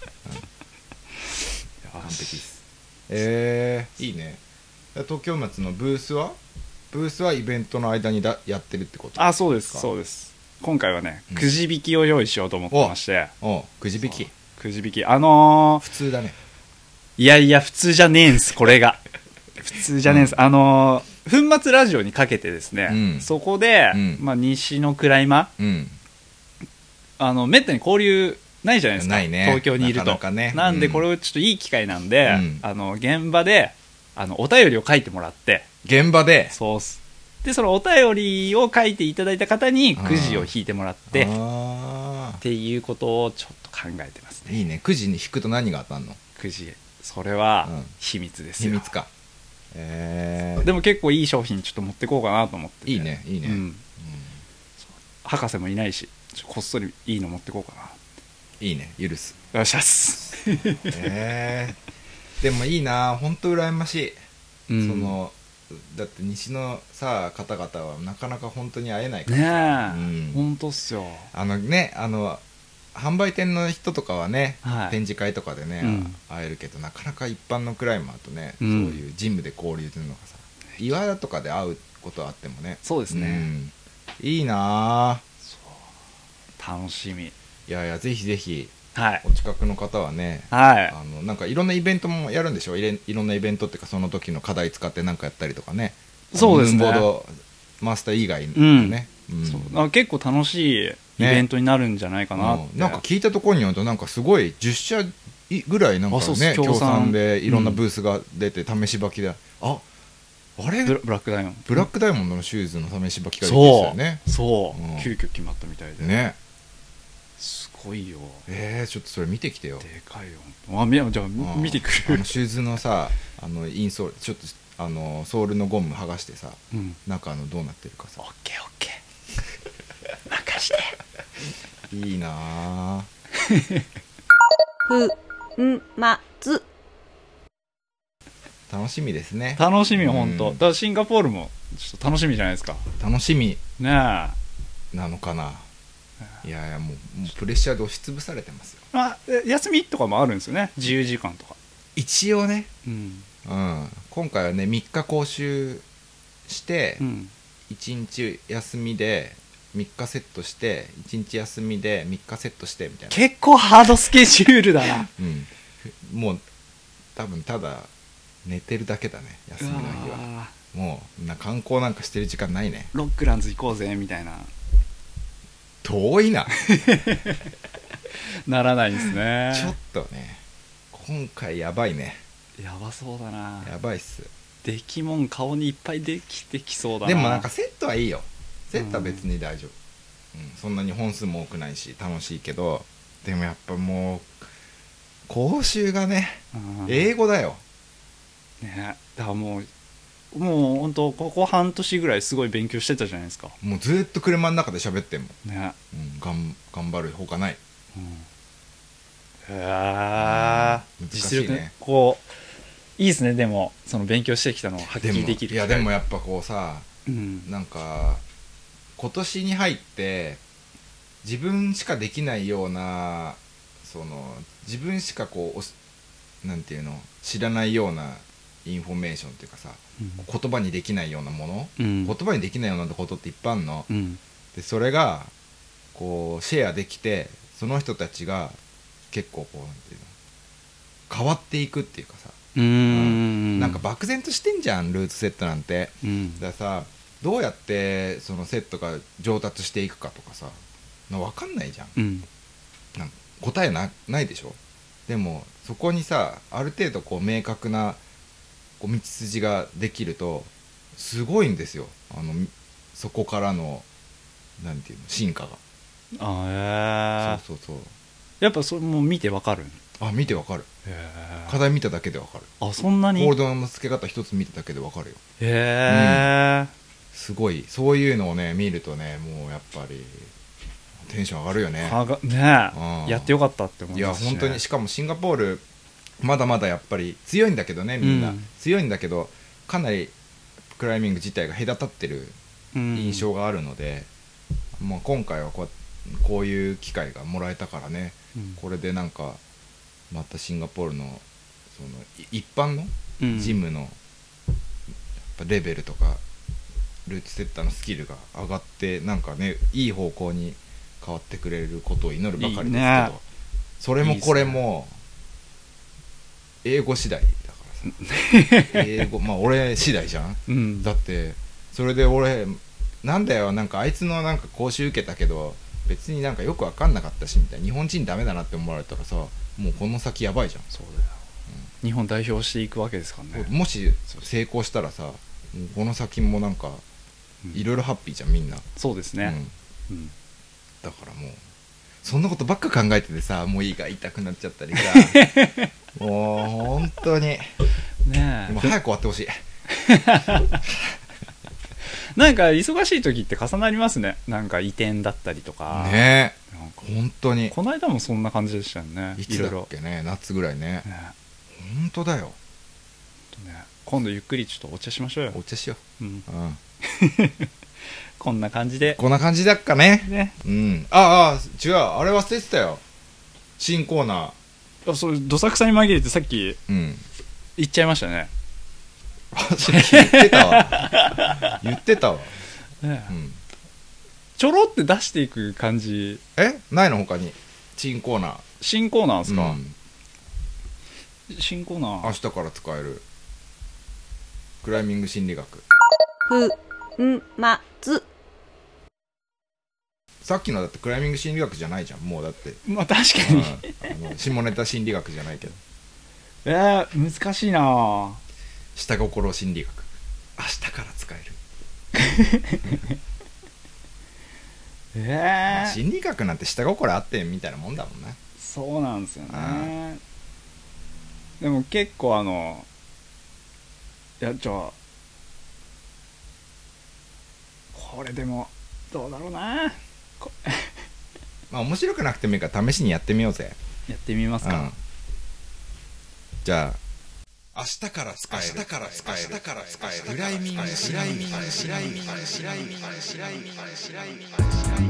完璧です。えー、いいね。東京松のブースはブースはイベントの間にだやってるってこと。 あそうですかそうです。今回はねうんくじ引きを用意しようと思ってまして、 おうくじ引き。 くじ引きあの普通だね。 ー、いやいや普通じゃねえんすこれが普通じゃねえんす、うん、あのー、粉末ラジオにかけてですね、 うん、 そこで、うん、まあ、西のクライマー、うん、あのめったに交流ないじゃないですか、 ないね、 東京にいると。 なかなかね、 なんでこれをちょっといい機会なんで、うん、あの現場であのお便りを書いてもらって、 現場でそうっす。でそのお便りを書いていただいた方にくじを引いてもらってっていうことをちょっと考えてますね。 いいね。くじに引くと何が当たんの。 くじそれは秘密ですよ、 秘密か。えー、 でも結構いい商品ちょっと持ってこうかなと思ってて。 いいねいいね、うんうん、 博士もいないしこっそりいいの持ってこうかな。 いいね許す。 よっしゃっすえー、でもいいなほんと羨ましい、うん、そのだって西のさ方々はなかなか本当に会えないからさねえ、うん、本当っすよ。 あのねあの販売店の人とかはね、 はい、 展示会とかでね、うん、会えるけどなかなか一般のクライマーとね、うん、そういうジムで交流というのがさ岩とかで会うことはあってもね。 そうですね、うん、 いいなそう楽しみ。いやいやぜひぜひ、 はい、 お近くの方はね、 はい、 あのなんかいろんなイベントもやるんでしょ。いれいろんなイベントっていうかその時の課題使って何かやったりとかね。 そうですね。 ムーンボードマスター以外のね、 うんうん、そう結構楽しいイベントになるんじゃないかなって、ね、 うん、なんか聞いたところによるとなんかすごいじゅっしゃぐらいなんかね協賛でいろんなブースが出て試し履きで、うん、ああれブラックダイヤモンドブラックダイヤモンドのシューズの試し履きができるんですよね。 そうそう、うん、急遽決まったみたいでね。 すごいよ。 えー、ちょっとそれ見てきてよ。 でかいよ。あみじゃあ、うん、見てくる。 あのシューズのさあのインソールちょっとあのソールのゴム剥がしてさ、うん、中のどうなってるかさ。 オッケーオッケー任していいなぁふんまつ楽しみですね。 楽しみ本当、うん、だからシンガポールもちょっと楽しみじゃないですか。 楽しみねえなのかな。いやいやもう、もうプレッシャーで押しつぶされてますよ。 あ休みとかもあるんですよね。自由時間とか一応ね、 うんうん、今回はねみっか講習して、うん、いちにち休みでみっかセットしていちにち休みでみっかセットしてみたいな。 結構ハードスケジュールだな、 うん、もう多分ただ寝てるだけだね休みの日は。もうな観光なんかしてる時間ないね。 ロックランズ行こうぜみたいな。 遠いなならないですね。 ちょっとね今回やばいね。 やばそうだな。 やばいっす。 できもん顔にいっぱいできてきそうだな。 でもなんかセットはいいよ。セットは別に大丈夫、うんうん、そんなに本数も多くないし楽しいけど、でもやっぱもう講習がね、うん、英語だよね。だからもうもう本当ここ半年ぐらいすごい勉強してたじゃないですか。 もうずっと車の中で喋ってんもんね、 うん、がん頑張るほかない、うん、 へえ、うん、実力ね。こういいですね。でもその勉強してきたのを発揮できる。 いやでもやっぱこうさ、うん、なんか今年に入って自分しかできないようなその自分しかこうなんていうの知らないようなインフォメーションっていうかさ、うん、言葉にできないようなもの、うん、言葉にできないようなことっていっぱいあるの、うん、でそれがこうシェアできてその人たちが結構こうなんていうの変わっていくっていうかさ、うーん、うん、なんか漠然としてんじゃんルーツセットなんて、うん、だからさどうやってそのセットが上達していくかとかさ分かんないじゃん、うん、なんか答え な, ないでしょ。でもそこにさある程度こう明確なこう道筋ができるとすごいんですよ。あのそこからのなんていうの進化が。 あ、えー、 そうそうそう。 やっぱそれも見てわかる。 あ、見てわかる。へー、課題見ただけでわかる。 あ、そんなに。 ホールドの付け方一つ見ただけでわかるよ。 へー、うん、 すごいそういうのをね見るとねもうやっぱりテンション上がるよね。 はがねえ、うん、やってよかったって思いますし、 ね、いや本当に。しかもシンガポールまだまだやっぱり強いんだけどねみんな、うん、強いんだけどかなりクライミング自体が隔たってる印象があるので、うん、まあ、今回はこう、こういう機会がもらえたからね、うん、これでなんかまたシンガポールのその一般のジムのやっぱレベルとかルーツセッターのスキルが上がってなんかねいい方向に変わってくれることを祈るばかりですけど、いいね、それもこれも英語次第だからさ英語まあ俺次第じゃん、うん、だってそれで俺なんだよなんかあいつのなんか講習受けたけど別になんかよく分かんなかったしみたいな、日本人ダメだなって思われたらさもうこの先やばいじゃん。 そうだよ、うん、日本代表していくわけですからね。 もし成功したらさもうこの先もなんかいろいろハッピーじゃんみんな。 そうですね、 うんうん、だからもうそんなことばっか考えててさもう胃が痛くなっちゃったりさもう本当にねえもう早く終わってほしいなんか忙しい時って重なりますね。なんか移転だったりとかねえなんか本当にこの間もそんな感じでしたよね。 いつだっけね夏ぐらい ね, ね本当だよ、 ね、今度ゆっくりちょっとお茶しましょうよ。 お茶しよう、うん、うんこんな感じでこんな感じだっかね。ね、うん、ああ違うあれ忘れてたよ新コーナー。あそうどさくさに紛れてさっき、うん、言っちゃいましたね。 さっき言ってたわ言ってたわ、ね、うん、 ちょろって出していく感じ。 えないの他に新コーナー。 新コーナーですか、うん、新コーナー明日から使えるクライミング心理学ふんまつ。 さっきのだってクライミング心理学じゃないじゃんもうだって。 まあ確かに、 うん、あの下ネタ心理学じゃないけどえー、難しいな。 下心心理学明日から使えるえー、 まあ、心理学なんて下心あってみたいなもんだもんね。 そうなんですよね。でも結構あのいやじゃあこれでもどうだろうなまあ面白くなくてもいいから試しにやってみようぜ。 やってみますか、うん、 じゃあ明日から使える明日から使える明日から使えるクライミングクライミングクライミングクライミングクライミングクライミング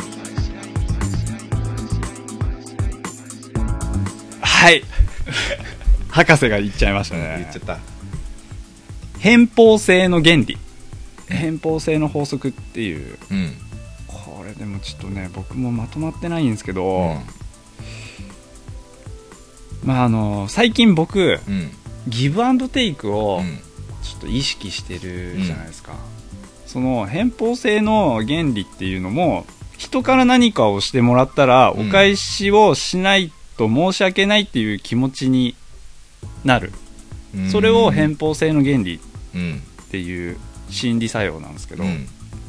はい博士が言っちゃいましたね。 言っちゃった。 偏方性の原理、偏方性の法則っていう、うん、これでもちょっとね僕もまとまってないんですけど、うん、まああの最近僕、うん、 ギブアンドテイクをちょっと意識してるじゃないですか、うん、その偏方性の原理っていうのも人から何かをしてもらったらお返しをしないと申し訳ないっていう気持ちになる、うん、それを偏方性の原理っていう心理作用なんですけど、うん、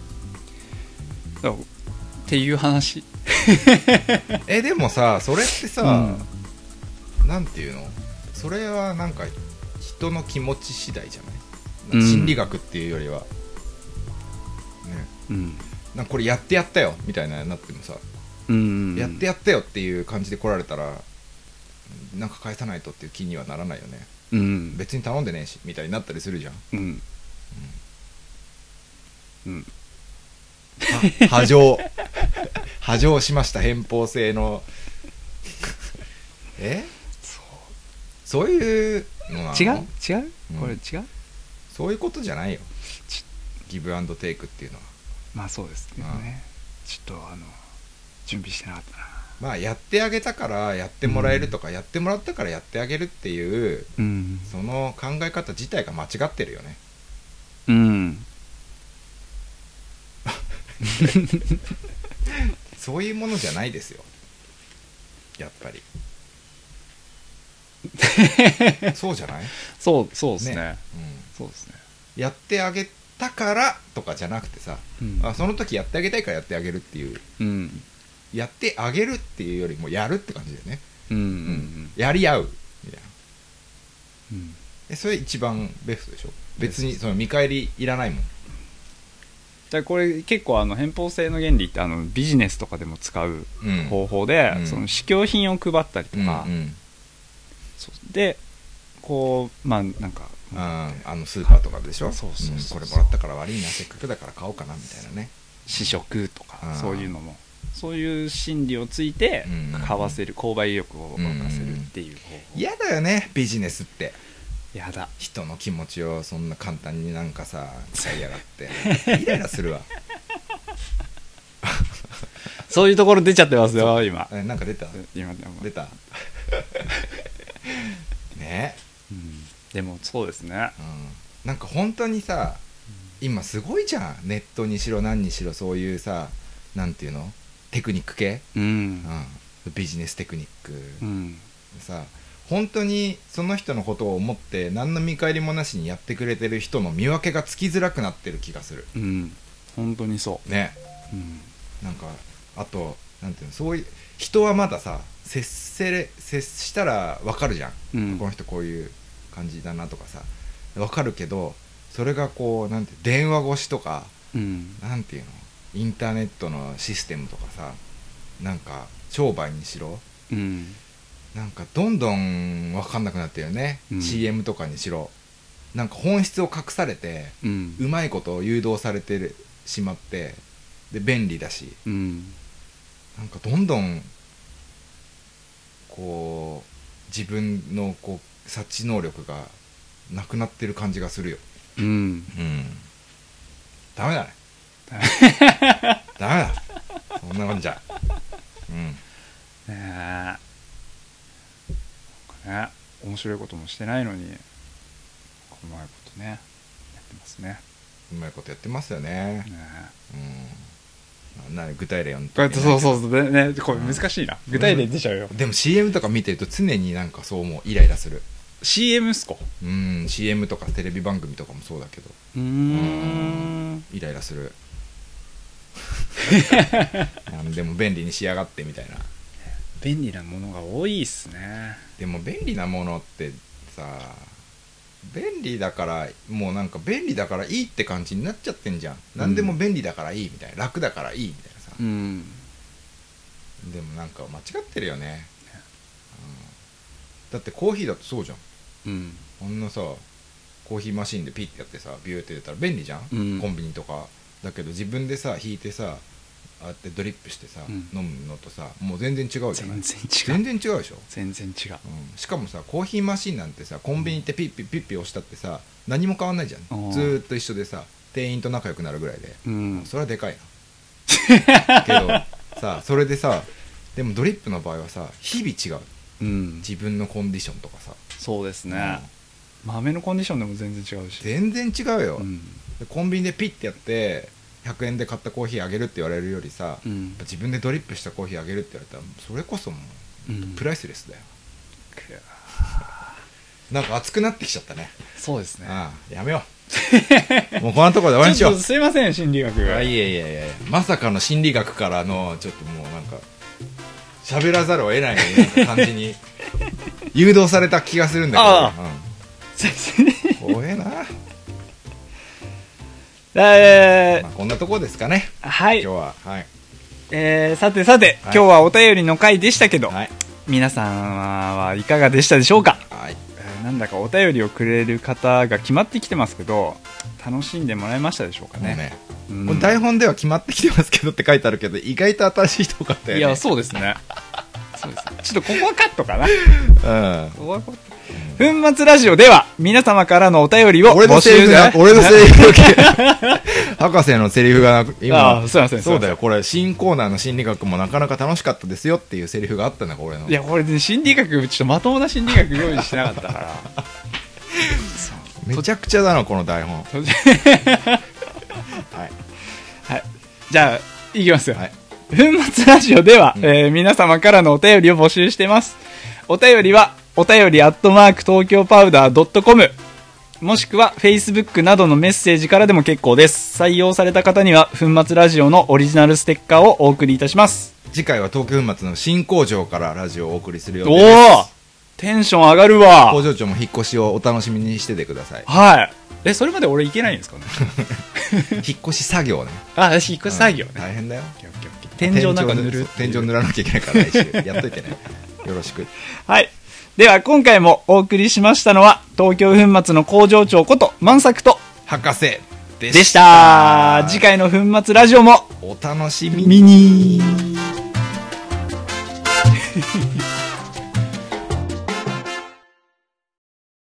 っていう話えでもさそれってさ、うん、なんていうのそれはなんか人の気持ち次第じゃない、うん、心理学っていうよりはね、うん、なんかこれやってやったよみたいななってもさ、うんうんうん、やってやったよっていう感じで来られたらなんか返さないとっていう気にはならないよね、うん、別に頼んでねえしみたいになったりするじゃん、うんうん、波状波状しました偏方性のえそうそういうのなの違う違う、うん、これ違うそういうことじゃないよギブアンドテイクっていうのはまあそうですけどね、ちょっとあの準備してなかったな。 まあやってあげたからやってもらえるとか、うん、やってもらったからやってあげるっていう、うん、その考え方自体が間違ってるよね。うんそういうものじゃないですよやっぱりそうじゃないそうそうですね、 ね、 うん、そうですね。 やってあげたからとかじゃなくてさ、うん、あその時やってあげたいからやってあげるっていう、うん、やってあげるっていうよりもやるって感じだよね、うんうんうん、やり合うみたいな、うん、えそれ一番ベストでしょ。別にその見返りいらないもん。 だこれ結構あの偏方性の原理ってあのビジネスとかでも使う方法で、うん、その試供品を配ったりとか、うんうん、そうでこうまあなんかあ, あのスーパーとかでしょ。そうそうそう、うん、これもらったから悪いなせっかくだから買おうかなみたいなね。 試食とかそういうのもそういう心理をついて買わせる、購買意欲を沸かせるっていう方法。 嫌だよねビジネスって。 やだ人の気持ちをそんな簡単になんかさ使いやがってイライラするわそういうところ出ちゃってますよ今。 なんか出た今でも出たね、 うん、でもそうですね、うん、 なんか本当にさ今すごいじゃんネットにしろ何にしろそういうさなんていうのテクニック系、うんうん、ビジネステクニック、うん、さ本当にその人のことを思って何の見返りもなしにやってくれてる人の見分けがつきづらくなってる気がする。 うん、本当にそうね、うん、なんかあとなんていうのそういう人はまださ接せれ接したら分かるじゃん、うん、この人こういう感じだなとかさ分かるけどそれがこうなんて電話越しとか、うん、なんていうのインターネットのシステムとかさなんか商売にしろ、うん、なんかどんどん分かんなくなってるよね、うん、シーエム とかにしろなんか本質を隠されて、うん、うまいことを誘導されてしまってで便利だし、うん、なんかどんどんこう自分のこう察知能力がなくなってる感じがするよ。うん、うん、ダメだねダメだそんな感じじゃうんねえね、面白いこともしてないのにうまいことねやってますね。 うまいことやってますよね。ねうん、な具体例をそうそうそうね、これ難しいな、うん、具体例出ちゃうよ、 うん、でも シーエム とか見てると常になんかそう思うイライラする。 シーエム っすか。 うん シーエム とかテレビ番組とかもそうだけどうーんイライラするなんでも便利にしやがってみたいな。 便利なものが多いっすね。 でも便利なものってさ便利だからもうなんか便利だからいいって感じになっちゃってんじゃん、うん、何でも便利だからいいみたいな楽だからいいみたいなさ、うん、でもなんか間違ってるよね、うん、だってコーヒーだってそうじゃん、うん、あんなさコーヒーマシンでピッてやってさビューって出たら便利じゃん、うん、コンビニとかだけど自分でさ引いてさああやってドリップしてさ、うん、飲むのとさもう全然違うじゃない。 全然違う全然違うでしょ。 全然違う、 うん、しかもさコーヒーマシンなんてさコンビニってピッピッピッピ押したってさ何も変わんないじゃん、ずーっと一緒でさ店員と仲良くなるぐらいで、うん、それはでかいなけどさそれでさでもドリップの場合はさ日々違う、うん、自分のコンディションとかさそうですね、 豆のコンディションでも全然違うし。 全然違うよ、うん、でコンビニでピッてやってひゃくえんで買ったコーヒーあげるって言われるよりさ、うん、自分でドリップしたコーヒーあげるって言われたらそれこそもう、うん、プライスレスだよ。なんか熱くなってきちゃったね。 そうですね。 ああ、やめようもうこんなところで終わりにしよう。 ちょっとすいません、心理学が。 いやいやいやいや、まさかの心理学からのちょっともうなんか喋らざるを得ない感じに誘導された気がするんだけど。ああ、うん、怖えな。えーまあ、こんなところですかね。 はい。 今日は、はい。 えー、さてさて、はい、今日はお便りの回でしたけど、はい、皆さんはいかがでしたでしょうか。はい。えー、なんだかお便りをくれる方が決まってきてますけど、楽しんでもらえましたでしょうかね。ね、 うん、これ台本では決まってきてますけどって書いてあるけど、意外と新しい人多かったよね。 いや、そうですね。そうですね。ちょっとここはカットかな。うん。ここはカット。粉末ラジオでは皆様からのお便りを募集だ。俺のセリフが博士のセリフが今、 あ、すいません。 そうだよ、これ新コーナーの心理学もなかなか楽しかったですよっていうセリフがあったんだ、これの。 いや、これで心理学ちょっとまともな心理学用意してなかったからめちゃくちゃだな、この台本。はいはい。じゃあいきますよ。はい、粉末ラジオでは、うん、えー、皆様からのお便りを募集しています。お便りはお便りアットマーク東京パウダードットコム、もしくは Facebook などのメッセージからでも結構です。採用された方には粉末ラジオのオリジナルステッカーをお送りいたします。 次回は東京粉末の新工場からラジオをお送りするようです。おー、 テンション上がるわ。 工場長も引っ越しをお楽しみにしててください。 はい。え、それまで俺行けないんですかね引っ越し作業ね。 あ、引っ越し作業ね、 うん、大変だよ。 天井なんか塗る、 天井塗らなきゃいけないから来週やっといてね。よろしく。 はい。では今回もお送りしましたのは東京粉末の工場長こと万作と博士でした。 でした。次回の粉末ラジオもお楽しみに。